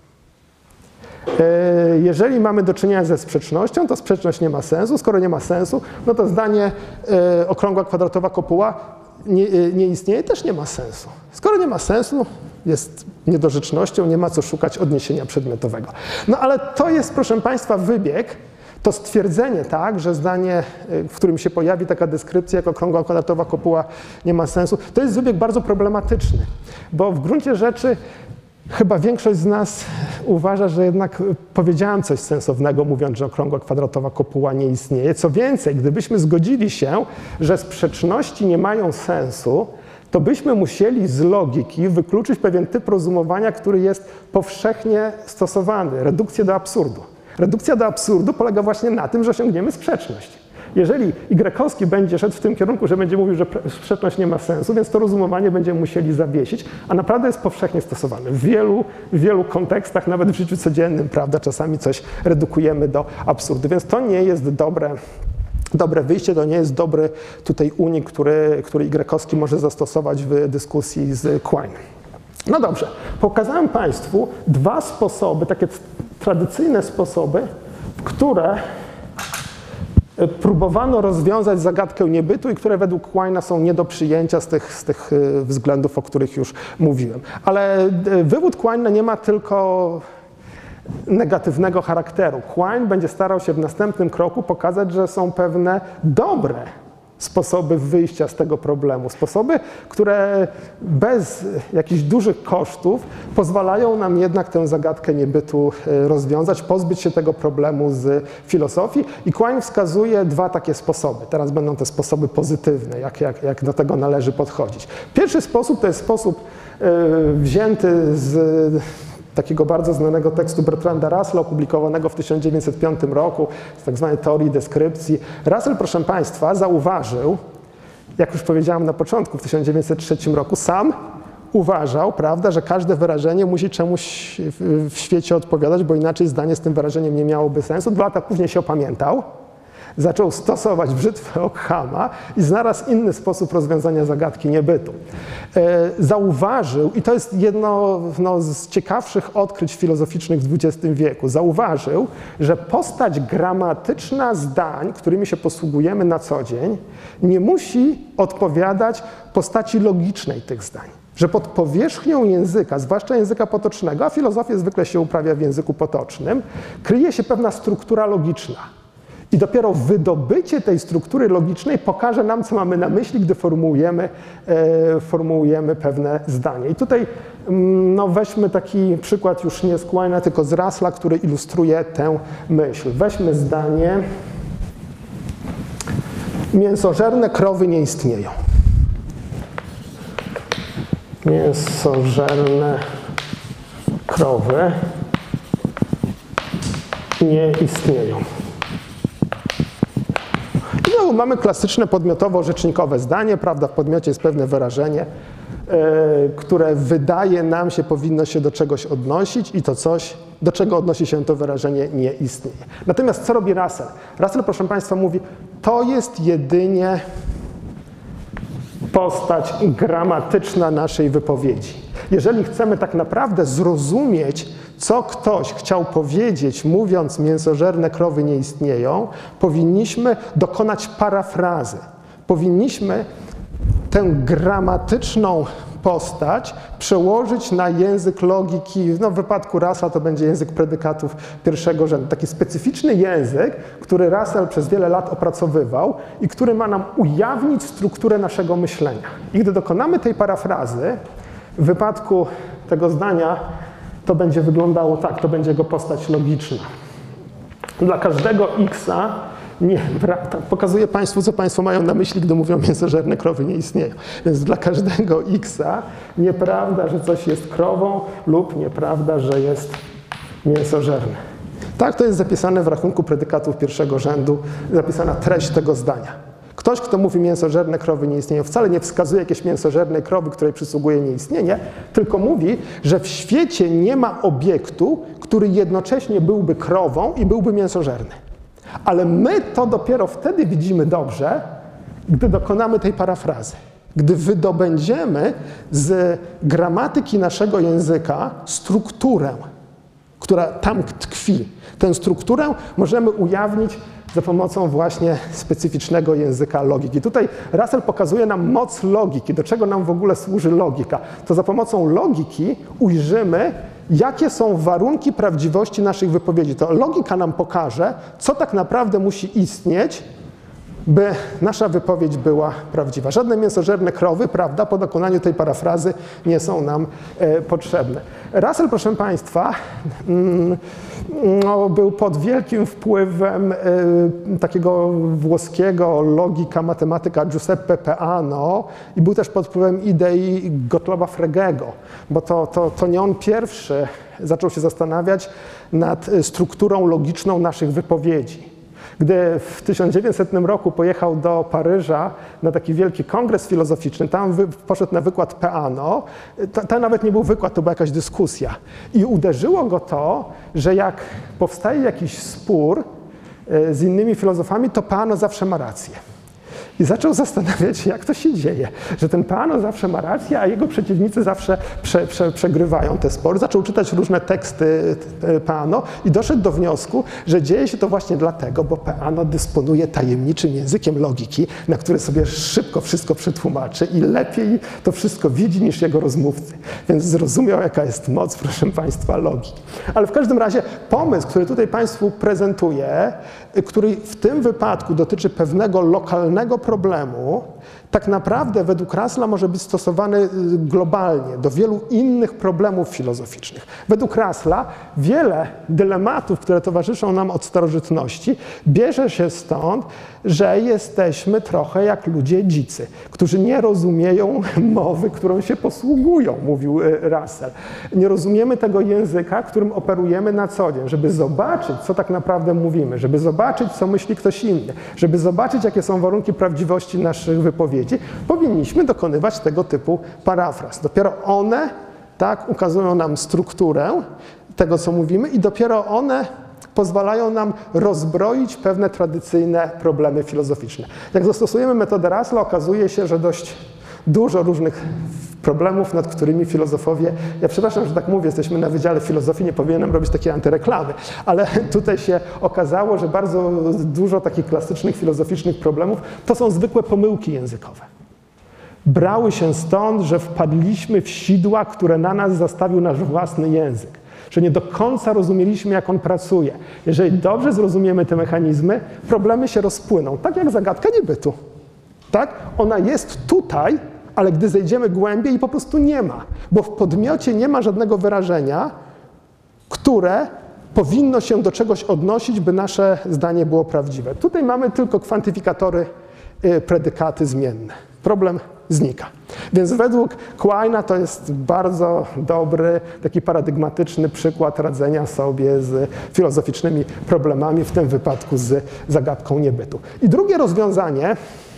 Jeżeli mamy do czynienia ze sprzecznością, to sprzeczność nie ma sensu. Skoro nie ma sensu, no to zdanie okrągła, kwadratowa kopuła nie istnieje, też nie ma sensu. Skoro nie ma sensu, jest niedorzecznością, nie ma co szukać odniesienia przedmiotowego. No ale to jest, proszę Państwa, wybieg, to stwierdzenie, tak, że zdanie, w którym się pojawi taka deskrypcja jak okrągła, kwadratowa kopuła nie ma sensu, to jest wybieg bardzo problematyczny, bo w gruncie rzeczy chyba większość z nas uważa, że jednak powiedziałem coś sensownego, mówiąc, że okrągła, kwadratowa kopuła nie istnieje. Co więcej, gdybyśmy zgodzili się, że sprzeczności nie mają sensu, to byśmy musieli z logiki wykluczyć pewien typ rozumowania, który jest powszechnie stosowany, redukcję do absurdu. Redukcja do absurdu polega właśnie na tym, że osiągniemy sprzeczność. Jeżeli Y-owski będzie szedł w tym kierunku, że będzie mówił, że sprzeczność nie ma sensu, więc to rozumowanie będziemy musieli zawiesić, a naprawdę jest powszechnie stosowane. W wielu kontekstach, nawet w życiu codziennym, prawda, czasami coś redukujemy do absurdu, więc to nie jest dobre wyjście, to nie jest dobry tutaj unik, który Y-owski może zastosować w dyskusji z Quine. No dobrze, pokazałem Państwu dwa sposoby, takie tradycyjne sposoby, które próbowano rozwiązać zagadkę niebytu i które według Quine'a są nie do przyjęcia z tych względów, o których już mówiłem. Ale wywód Quine nie ma tylko negatywnego charakteru. Quine będzie starał się w następnym kroku pokazać, że są pewne dobre sposoby wyjścia z tego problemu. Sposoby, które bez jakichś dużych kosztów pozwalają nam jednak tę zagadkę niebytu rozwiązać, pozbyć się tego problemu z filozofii. I Quine wskazuje dwa takie sposoby. Teraz będą te sposoby pozytywne, jak do tego należy podchodzić. Pierwszy sposób to jest sposób wzięty z takiego bardzo znanego tekstu Bertranda Russella, opublikowanego w 1905 roku, z tak zwanej teorii deskrypcji. Russell, proszę Państwa, zauważył, jak już powiedziałem na początku, w 1903 roku, sam uważał, prawda, że każde wyrażenie musi czemuś w świecie odpowiadać, bo inaczej zdanie z tym wyrażeniem nie miałoby sensu. 2 lata później się opamiętał, zaczął stosować brzytwę Ockhama i znalazł inny sposób rozwiązania zagadki niebytu. Zauważył, i to jest jedno z ciekawszych odkryć filozoficznych w XX wieku, zauważył, że postać gramatyczna zdań, którymi się posługujemy na co dzień, nie musi odpowiadać postaci logicznej tych zdań. Że pod powierzchnią języka, zwłaszcza języka potocznego, a filozofię zwykle się uprawia w języku potocznym, kryje się pewna struktura logiczna. I dopiero wydobycie tej struktury logicznej pokaże nam, co mamy na myśli, gdy formułujemy pewne zdanie. I tutaj weźmy taki przykład już nie z Quine'a, tylko z Russella, który ilustruje tę myśl. Weźmy zdanie: mięsożerne krowy nie istnieją. Mięsożerne krowy nie istnieją. No, mamy klasyczne podmiotowo-rzecznikowe zdanie, prawda, w podmiocie jest pewne wyrażenie, które wydaje nam się powinno się do czegoś odnosić i to coś, do czego odnosi się to wyrażenie, nie istnieje. Natomiast co robi Russell? Russell, proszę Państwa, mówi, to jest jedynie postać gramatyczna naszej wypowiedzi. Jeżeli chcemy tak naprawdę zrozumieć, co ktoś chciał powiedzieć, mówiąc mięsożerne krowy nie istnieją, powinniśmy dokonać parafrazy. powinniśmy tę gramatyczną postać przełożyć na język logiki, no w wypadku Russella to będzie język predykatów pierwszego rzędu. Taki specyficzny język, który Russell przez wiele lat opracowywał i który ma nam ujawnić strukturę naszego myślenia. I gdy dokonamy tej parafrazy, w wypadku tego zdania to będzie wyglądało tak, to będzie jego postać logiczna. Dla każdego x-a nieprawda. Pokazuję Państwu, co Państwo mają na myśli, gdy mówią mięsożerne krowy nie istnieją. Więc dla każdego x-a nieprawda, że coś jest krową lub nieprawda, że jest mięsożerne. Tak to jest zapisane w rachunku predykatów pierwszego rzędu, zapisana treść tego zdania. Ktoś, kto mówi mięsożerne krowy nie istnieją, wcale nie wskazuje jakiejś mięsożernej krowy, której przysługuje nieistnienie, tylko mówi, że w świecie nie ma obiektu, który jednocześnie byłby krową i byłby mięsożerny. Ale my to dopiero wtedy widzimy dobrze, gdy dokonamy tej parafrazy. Gdy wydobędziemy z gramatyki naszego języka strukturę, która tam tkwi. Tę strukturę możemy ujawnić za pomocą właśnie specyficznego języka logiki. Tutaj Russell pokazuje nam moc logiki, do czego nam w ogóle służy logika. To za pomocą logiki ujrzymy, jakie są warunki prawdziwości naszych wypowiedzi. To logika nam pokaże, co tak naprawdę musi istnieć, by nasza wypowiedź była prawdziwa. Żadne mięsożerne krowy, prawda, po dokonaniu tej parafrazy nie są nam potrzebne. Russell, proszę Państwa, był pod wielkim wpływem takiego włoskiego logika, matematyka Giuseppe Peano i był też pod wpływem idei Gottloba Frege'ego, bo to nie on pierwszy zaczął się zastanawiać nad strukturą logiczną naszych wypowiedzi. Gdy w 1900 roku pojechał do Paryża na taki wielki kongres filozoficzny, tam poszedł na wykład Peano, to nawet nie był wykład, to była jakaś dyskusja. I uderzyło go to, że jak powstaje jakiś spór z innymi filozofami, to Peano zawsze ma rację. I zaczął zastanawiać się, jak to się dzieje, że ten Peano zawsze ma rację, a jego przeciwnicy zawsze przegrywają te spory. Zaczął czytać różne teksty Peano i doszedł do wniosku, że dzieje się to właśnie dlatego, bo Peano dysponuje tajemniczym językiem logiki, na który sobie szybko wszystko przetłumaczy i lepiej to wszystko widzi niż jego rozmówcy. Więc zrozumiał, jaka jest moc, proszę Państwa, logiki. Ale w każdym razie pomysł, który tutaj Państwu prezentuję, który w tym wypadku dotyczy pewnego lokalnego problemu, tak naprawdę według Russella może być stosowany globalnie do wielu innych problemów filozoficznych. Według Russella wiele dylematów, które towarzyszą nam od starożytności, bierze się stąd, że jesteśmy trochę jak ludzie dzicy, którzy nie rozumieją mowy, którą się posługują, mówił Russell. Nie rozumiemy tego języka, którym operujemy na co dzień, żeby zobaczyć, co tak naprawdę mówimy, żeby zobaczyć, co myśli ktoś inny, żeby zobaczyć, jakie są warunki prawdziwości naszych wypowiedzi, powinniśmy dokonywać tego typu parafraz. Dopiero one tak ukazują nam strukturę tego, co mówimy i dopiero one pozwalają nam rozbroić pewne tradycyjne problemy filozoficzne. Jak zastosujemy metodę Russella, okazuje się, że dość dużo różnych problemów, nad którymi filozofowie, ja przepraszam, że tak mówię, jesteśmy na Wydziale Filozofii, nie powinienem robić takiej antyreklamy, ale tutaj się okazało, że bardzo dużo takich klasycznych filozoficznych problemów to są zwykłe pomyłki językowe. Brały się stąd, że wpadliśmy w sidła, które na nas zastawił nasz własny język, że nie do końca rozumieliśmy, jak on pracuje. Jeżeli dobrze zrozumiemy te mechanizmy, problemy się rozpłyną, tak jak zagadka niebytu. Tak? Ona jest tutaj, ale gdy zejdziemy głębiej, po prostu nie ma, bo w podmiocie nie ma żadnego wyrażenia, które powinno się do czegoś odnosić, by nasze zdanie było prawdziwe. Tutaj mamy tylko kwantyfikatory, predykaty zmienne. Problem znika. Więc według Quina to jest bardzo dobry, taki paradygmatyczny przykład radzenia sobie z filozoficznymi problemami, w tym wypadku z zagadką niebytu. I drugie rozwiązanie,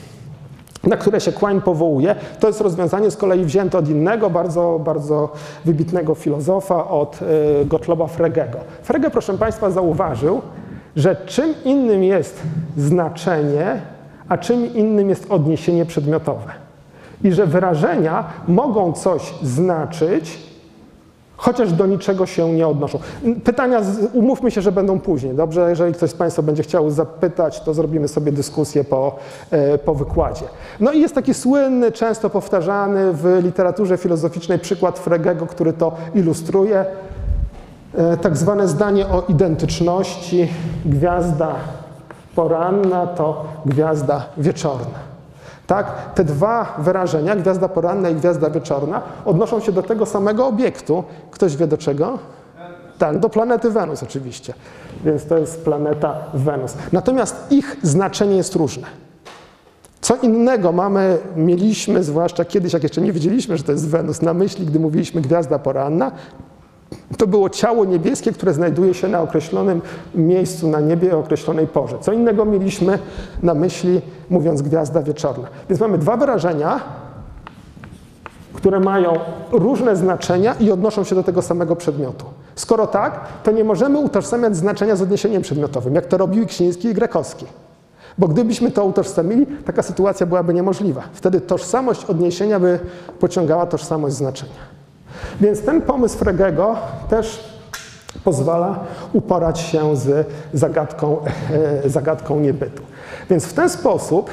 na które się Quine powołuje, to jest rozwiązanie z kolei wzięte od innego, bardzo wybitnego filozofa, od Gottloba Frege'ego. Frege, proszę Państwa, zauważył, że czym innym jest znaczenie, a czym innym jest odniesienie przedmiotowe. I że wyrażenia mogą coś znaczyć, chociaż do niczego się nie odnoszą. Pytania, umówmy się, że będą później, dobrze? Jeżeli ktoś z Państwa będzie chciał zapytać, to zrobimy sobie dyskusję po wykładzie. No i jest taki słynny, często powtarzany w literaturze filozoficznej przykład Frege'ego, który to ilustruje. Tak zwane zdanie o identyczności. Gwiazda poranna to gwiazda wieczorna. Tak? Te dwa wyrażenia, gwiazda poranna i gwiazda wieczorna, odnoszą się do tego samego obiektu. Ktoś wie do czego? Tak, do planety Wenus oczywiście. Więc to jest planeta Wenus. Natomiast ich znaczenie jest różne. Co innego mieliśmy, zwłaszcza kiedyś, jak jeszcze nie wiedzieliśmy, że to jest Wenus, na myśli, gdy mówiliśmy gwiazda poranna, to było ciało niebieskie, które znajduje się na określonym miejscu na niebie o określonej porze. Co innego mieliśmy na myśli, mówiąc gwiazda wieczorna. Więc mamy dwa wyrażenia, które mają różne znaczenia i odnoszą się do tego samego przedmiotu. Skoro tak, to nie możemy utożsamiać znaczenia z odniesieniem przedmiotowym, jak to robił Ksiński i Grekowski. Bo gdybyśmy to utożsamili, taka sytuacja byłaby niemożliwa. Wtedy tożsamość odniesienia by pociągała tożsamość znaczenia. Więc ten pomysł Frege'ego też pozwala uporać się z zagadką niebytu. Więc w ten sposób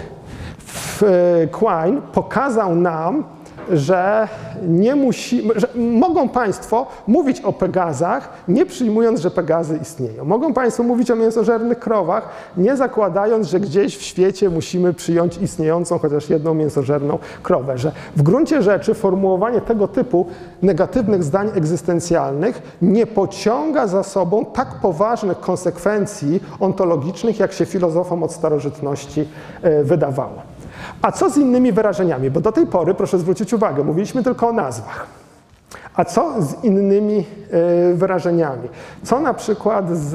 Quine pokazał nam, że mogą Państwo mówić o Pegazach, nie przyjmując, że Pegazy istnieją. Mogą Państwo mówić o mięsożernych krowach, nie zakładając, że gdzieś w świecie musimy przyjąć istniejącą chociaż jedną mięsożerną krowę. Że w gruncie rzeczy formułowanie tego typu negatywnych zdań egzystencjalnych nie pociąga za sobą tak poważnych konsekwencji ontologicznych, jak się filozofom od starożytności wydawało. A co z innymi wyrażeniami? Bo do tej pory, proszę zwrócić uwagę, mówiliśmy tylko o nazwach. A co z innymi wyrażeniami? Co na przykład z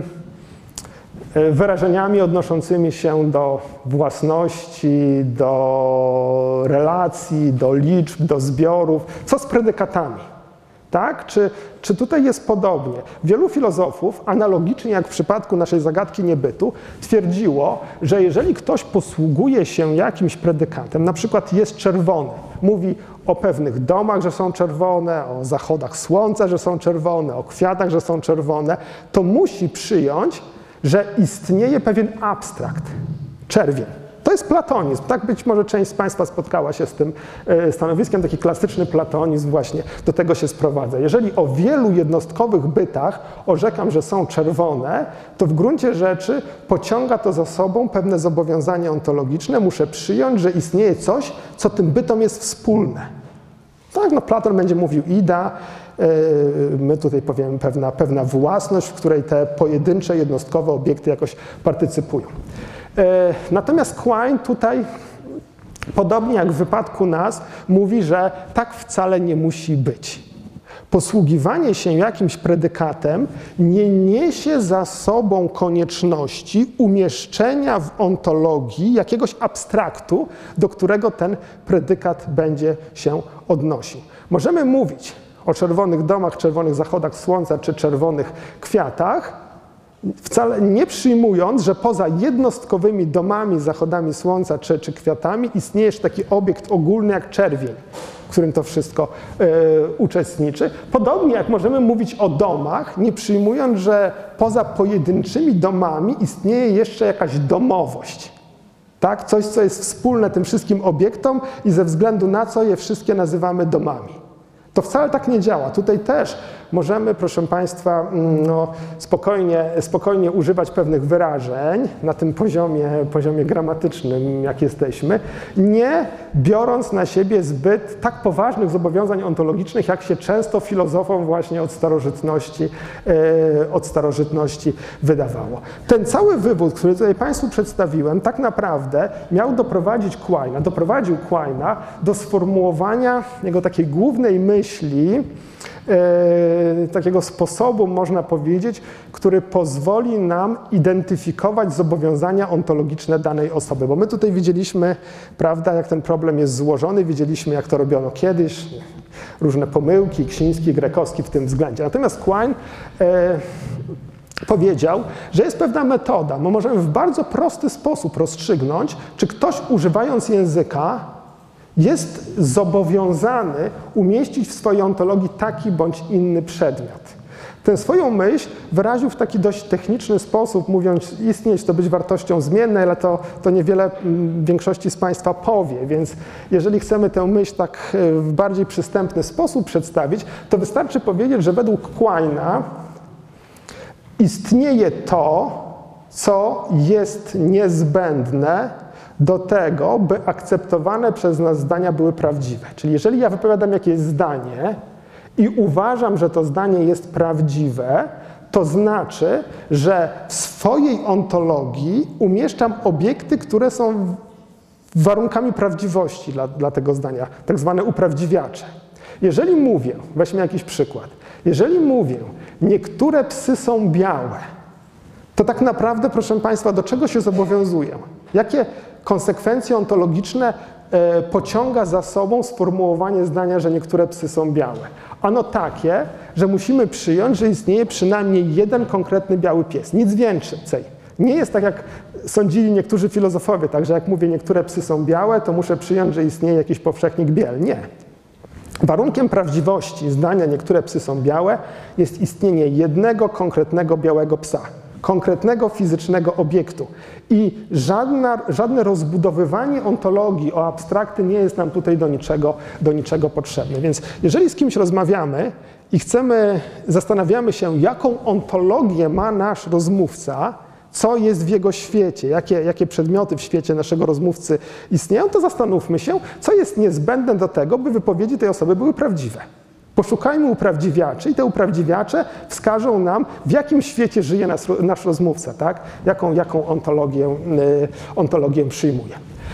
wyrażeniami odnoszącymi się do własności, do relacji, do liczb, do zbiorów? Co z predykatami? Tak? Czy tutaj jest podobnie? Wielu filozofów, analogicznie jak w przypadku naszej zagadki niebytu, twierdziło, że jeżeli ktoś posługuje się jakimś predykatem, na przykład jest czerwony, mówi o pewnych domach, że są czerwone, o zachodach słońca, że są czerwone, o kwiatach, że są czerwone, to musi przyjąć, że istnieje pewien abstrakt, czerwień. To jest platonizm. Tak być może część z Państwa spotkała się z tym stanowiskiem. Taki klasyczny platonizm właśnie do tego się sprowadza. Jeżeli o wielu jednostkowych bytach orzekam, że są czerwone, to w gruncie rzeczy pociąga to za sobą pewne zobowiązanie ontologiczne. Muszę przyjąć, że istnieje coś, co tym bytom jest wspólne. Tak, no Platon będzie mówił idea, my tutaj powiemy pewna własność, w której te pojedyncze, jednostkowe obiekty jakoś partycypują. Natomiast Quine tutaj, podobnie jak w wypadku nas, mówi, że tak wcale nie musi być. Posługiwanie się jakimś predykatem nie niesie za sobą konieczności umieszczenia w ontologii jakiegoś abstraktu, do którego ten predykat będzie się odnosił. Możemy mówić o czerwonych domach, czerwonych zachodach słońca czy czerwonych kwiatach, wcale nie przyjmując, że poza jednostkowymi domami, zachodami słońca czy kwiatami istnieje jeszcze taki obiekt ogólny jak czerwień, w którym to wszystko uczestniczy. Podobnie jak możemy mówić o domach, nie przyjmując, że poza pojedynczymi domami istnieje jeszcze jakaś domowość. Tak? Coś, co jest wspólne tym wszystkim obiektom i ze względu na co je wszystkie nazywamy domami. To wcale tak nie działa. Tutaj też możemy, proszę Państwa, spokojnie używać pewnych wyrażeń na tym poziomie gramatycznym, jak jesteśmy, nie biorąc na siebie zbyt tak poważnych zobowiązań ontologicznych, jak się często filozofom właśnie od starożytności wydawało. Ten cały wywód, który tutaj Państwu przedstawiłem, tak naprawdę miał doprowadził Quine'a do sformułowania jego takiej głównej myśli, takiego sposobu, można powiedzieć, który pozwoli nam identyfikować zobowiązania ontologiczne danej osoby. Bo my tutaj widzieliśmy, prawda, jak ten problem jest złożony, widzieliśmy, jak to robiono kiedyś, różne pomyłki, Ksiński, Grekowski w tym względzie. Natomiast Quine powiedział, że jest pewna metoda. Możemy w bardzo prosty sposób rozstrzygnąć, czy ktoś używając języka jest zobowiązany umieścić w swojej ontologii taki bądź inny przedmiot. Tę swoją myśl wyraził w taki dość techniczny sposób, mówiąc, istnieć to być wartością zmienną, ale to niewiele większości z Państwa powie, więc jeżeli chcemy tę myśl tak w bardziej przystępny sposób przedstawić, to wystarczy powiedzieć, że według Quina istnieje to, co jest niezbędne do tego, by akceptowane przez nas zdania były prawdziwe. Czyli jeżeli ja wypowiadam jakieś zdanie i uważam, że to zdanie jest prawdziwe, to znaczy, że w swojej ontologii umieszczam obiekty, które są warunkami prawdziwości dla tego zdania, tak zwane uprawdziwiacze. Jeżeli mówię, weźmy jakiś przykład, jeżeli mówię, niektóre psy są białe, to tak naprawdę, proszę Państwa, do czego się zobowiązuję? Jakie konsekwencje ontologiczne pociąga za sobą sformułowanie zdania, że niektóre psy są białe? Ano takie, że musimy przyjąć, że istnieje przynajmniej jeden konkretny biały pies, nic więcej. Nie jest tak, jak sądzili niektórzy filozofowie, także jak mówię, niektóre psy są białe, to muszę przyjąć, że istnieje jakiś powszechnik biel. Nie. Warunkiem prawdziwości zdania niektóre psy są białe jest istnienie jednego konkretnego białego psa, konkretnego fizycznego obiektu. I żadne rozbudowywanie ontologii o abstrakty nie jest nam tutaj do niczego potrzebne. Więc jeżeli z kimś rozmawiamy i zastanawiamy się, jaką ontologię ma nasz rozmówca, co jest w jego świecie, jakie przedmioty w świecie naszego rozmówcy istnieją, to zastanówmy się, co jest niezbędne do tego, by wypowiedzi tej osoby były prawdziwe. Poszukajmy uprawdziwiaczy i te uprawdziwiacze wskażą nam, w jakim świecie żyje nasz rozmówca, tak? Jaką ontologię przyjmuje.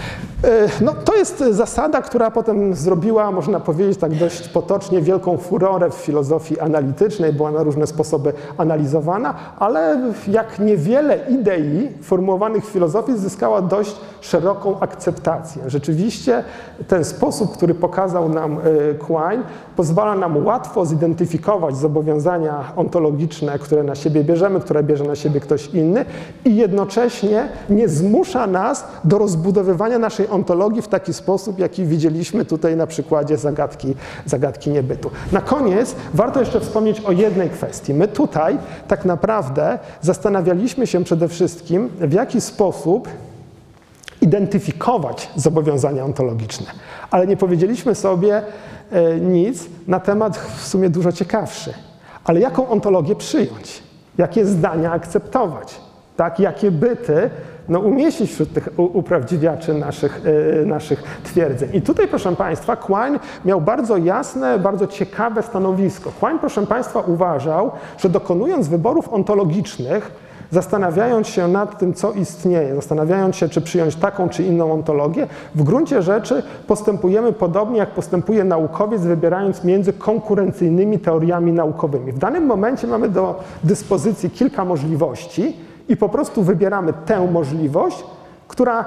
No, to jest zasada, która potem zrobiła, można powiedzieć tak dość potocznie, wielką furorę w filozofii analitycznej, była na różne sposoby analizowana, ale jak niewiele idei formułowanych w filozofii zyskała dość szeroką akceptację. Rzeczywiście ten sposób, który pokazał nam Quine, pozwala nam łatwo zidentyfikować zobowiązania ontologiczne, które na siebie bierzemy, które bierze na siebie ktoś inny i jednocześnie nie zmusza nas do rozbudowywania naszej ontologii w taki sposób, jaki widzieliśmy tutaj na przykładzie zagadki niebytu. Na koniec warto jeszcze wspomnieć o jednej kwestii. My tutaj tak naprawdę zastanawialiśmy się przede wszystkim, w jaki sposób identyfikować zobowiązania ontologiczne, ale nie powiedzieliśmy sobie nic na temat w sumie dużo ciekawszy. Ale jaką ontologię przyjąć? Jakie zdania akceptować? Tak? Jakie byty umieścić wśród tych uprawdziwiaczy naszych twierdzeń. I tutaj, proszę Państwa, Quine miał bardzo jasne, bardzo ciekawe stanowisko. Quine, proszę Państwa, uważał, że dokonując wyborów ontologicznych, zastanawiając się nad tym, co istnieje, zastanawiając się, czy przyjąć taką czy inną ontologię, w gruncie rzeczy postępujemy podobnie, jak postępuje naukowiec, wybierając między konkurencyjnymi teoriami naukowymi. W danym momencie mamy do dyspozycji kilka możliwości i po prostu wybieramy tę możliwość, która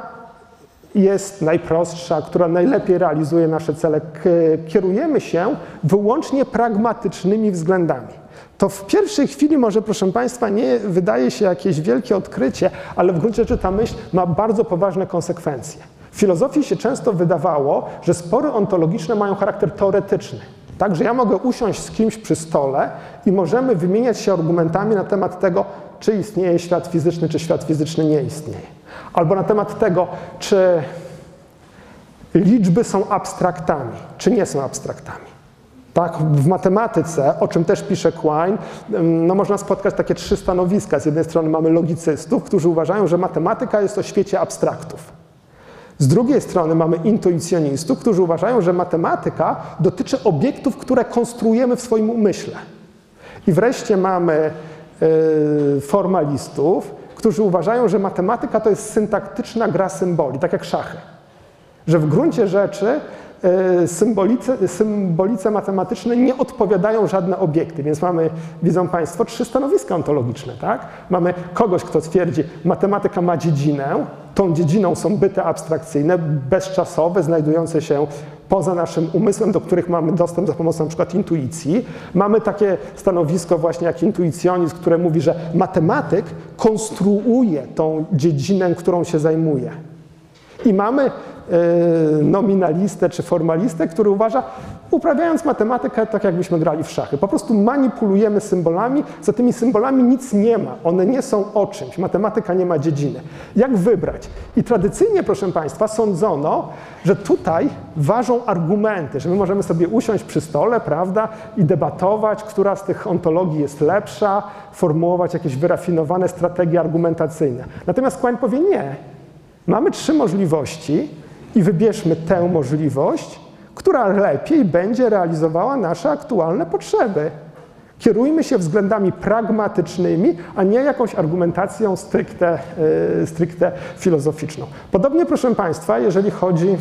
jest najprostsza, która najlepiej realizuje nasze cele. Kierujemy się wyłącznie pragmatycznymi względami. To w pierwszej chwili może, proszę Państwa, nie wydaje się jakieś wielkie odkrycie, ale w gruncie rzeczy ta myśl ma bardzo poważne konsekwencje. W filozofii się często wydawało, że spory ontologiczne mają charakter teoretyczny. Tak, że ja mogę usiąść z kimś przy stole i możemy wymieniać się argumentami na temat tego, czy istnieje świat fizyczny, czy świat fizyczny nie istnieje. Albo na temat tego, czy liczby są abstraktami, czy nie są abstraktami. Tak, w matematyce, o czym też pisze Quine, można spotkać takie trzy stanowiska. Z jednej strony mamy logicystów, którzy uważają, że matematyka jest o świecie abstraktów. Z drugiej strony mamy intuicjonistów, którzy uważają, że matematyka dotyczy obiektów, które konstruujemy w swoim umyśle. I wreszcie mamy formalistów, którzy uważają, że matematyka to jest syntaktyczna gra symboli, tak jak szachy. Że w gruncie rzeczy symbolice matematyczne nie odpowiadają żadne obiekty, więc mamy, widzą Państwo, trzy stanowiska ontologiczne. Tak? Mamy kogoś, kto twierdzi, matematyka ma dziedzinę, tą dziedziną są byty abstrakcyjne, bezczasowe, znajdujące się poza naszym umysłem, do których mamy dostęp za pomocą na przykład intuicji. Mamy takie stanowisko właśnie jak intuicjonizm, które mówi, że matematyk konstruuje tą dziedzinę, którą się zajmuje. I mamy nominalistę czy formalistę, który uważa, uprawiając matematykę, tak jakbyśmy grali w szachy. Po prostu manipulujemy symbolami, za tymi symbolami nic nie ma. One nie są o czymś. Matematyka nie ma dziedziny. Jak wybrać? I tradycyjnie, proszę Państwa, sądzono, że tutaj ważą argumenty, że my możemy sobie usiąść przy stole, prawda, i debatować, która z tych ontologii jest lepsza, formułować jakieś wyrafinowane strategie argumentacyjne. Natomiast Quine powie nie. Mamy 3 możliwości i wybierzmy tę możliwość, która lepiej będzie realizowała nasze aktualne potrzeby. Kierujmy się względami pragmatycznymi, a nie jakąś argumentacją stricte filozoficzną. Podobnie, proszę Państwa, jeżeli chodzi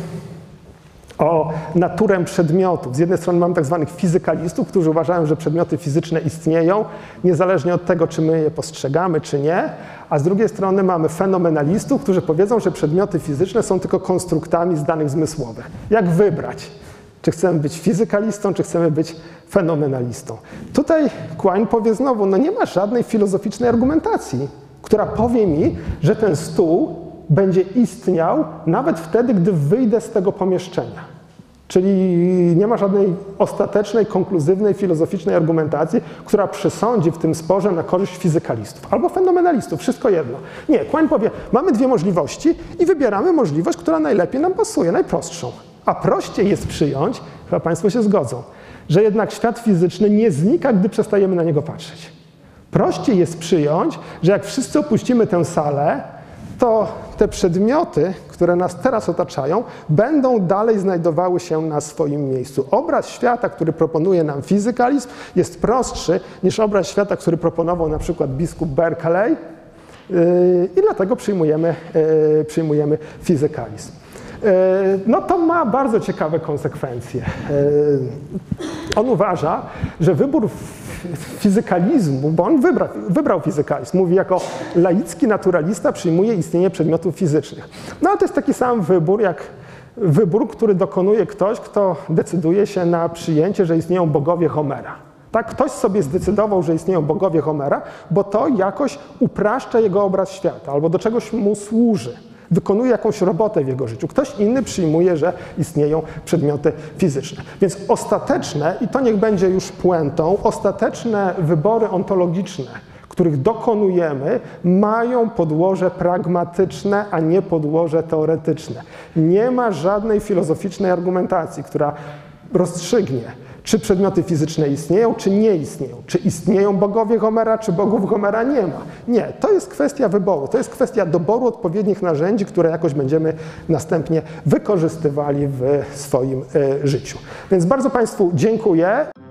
o naturę przedmiotów. Z jednej strony mamy tak zwanych fizykalistów, którzy uważają, że przedmioty fizyczne istnieją, niezależnie od tego, czy my je postrzegamy, czy nie, a z drugiej strony mamy fenomenalistów, którzy powiedzą, że przedmioty fizyczne są tylko konstruktami z danych zmysłowych. Jak wybrać? Czy chcemy być fizykalistą, czy chcemy być fenomenalistą? Tutaj Quine powie znowu, no nie ma żadnej filozoficznej argumentacji, która powie mi, że ten stół będzie istniał nawet wtedy, gdy wyjdę z tego pomieszczenia. Czyli nie ma żadnej ostatecznej, konkluzywnej, filozoficznej argumentacji, która przesądzi w tym sporze na korzyść fizykalistów albo fenomenalistów, wszystko jedno. Nie, Quine powie, mamy 2 możliwości i wybieramy możliwość, która najlepiej nam pasuje, najprostszą. A prościej jest przyjąć, chyba Państwo się zgodzą, że jednak świat fizyczny nie znika, gdy przestajemy na niego patrzeć. Prościej jest przyjąć, że jak wszyscy opuścimy tę salę, to te przedmioty, które nas teraz otaczają, będą dalej znajdowały się na swoim miejscu. Obraz świata, który proponuje nam fizykalizm, jest prostszy niż obraz świata, który proponował na przykład biskup Berkeley i dlatego przyjmujemy fizykalizm. No to ma bardzo ciekawe konsekwencje. On uważa, że wybór fizykalizmu, bo on wybrał fizykalizm, mówi jako laicki naturalista przyjmuje istnienie przedmiotów fizycznych. No ale to jest taki sam wybór, jak wybór, który dokonuje ktoś, kto decyduje się na przyjęcie, że istnieją bogowie Homera. Tak, ktoś sobie zdecydował, że istnieją bogowie Homera, bo to jakoś upraszcza jego obraz świata albo do czegoś mu służy. Wykonuje jakąś robotę w jego życiu. Ktoś inny przyjmuje, że istnieją przedmioty fizyczne. Więc ostateczne, i to niech będzie już puentą, ostateczne wybory ontologiczne, których dokonujemy, mają podłoże pragmatyczne, a nie podłoże teoretyczne. Nie ma żadnej filozoficznej argumentacji, która rozstrzygnie, czy przedmioty fizyczne istnieją, czy nie istnieją. Czy istnieją bogowie Homera, czy bogów Homera nie ma. Nie, to jest kwestia wyboru. To jest kwestia doboru odpowiednich narzędzi, które jakoś będziemy następnie wykorzystywali w swoim życiu. Więc bardzo Państwu dziękuję.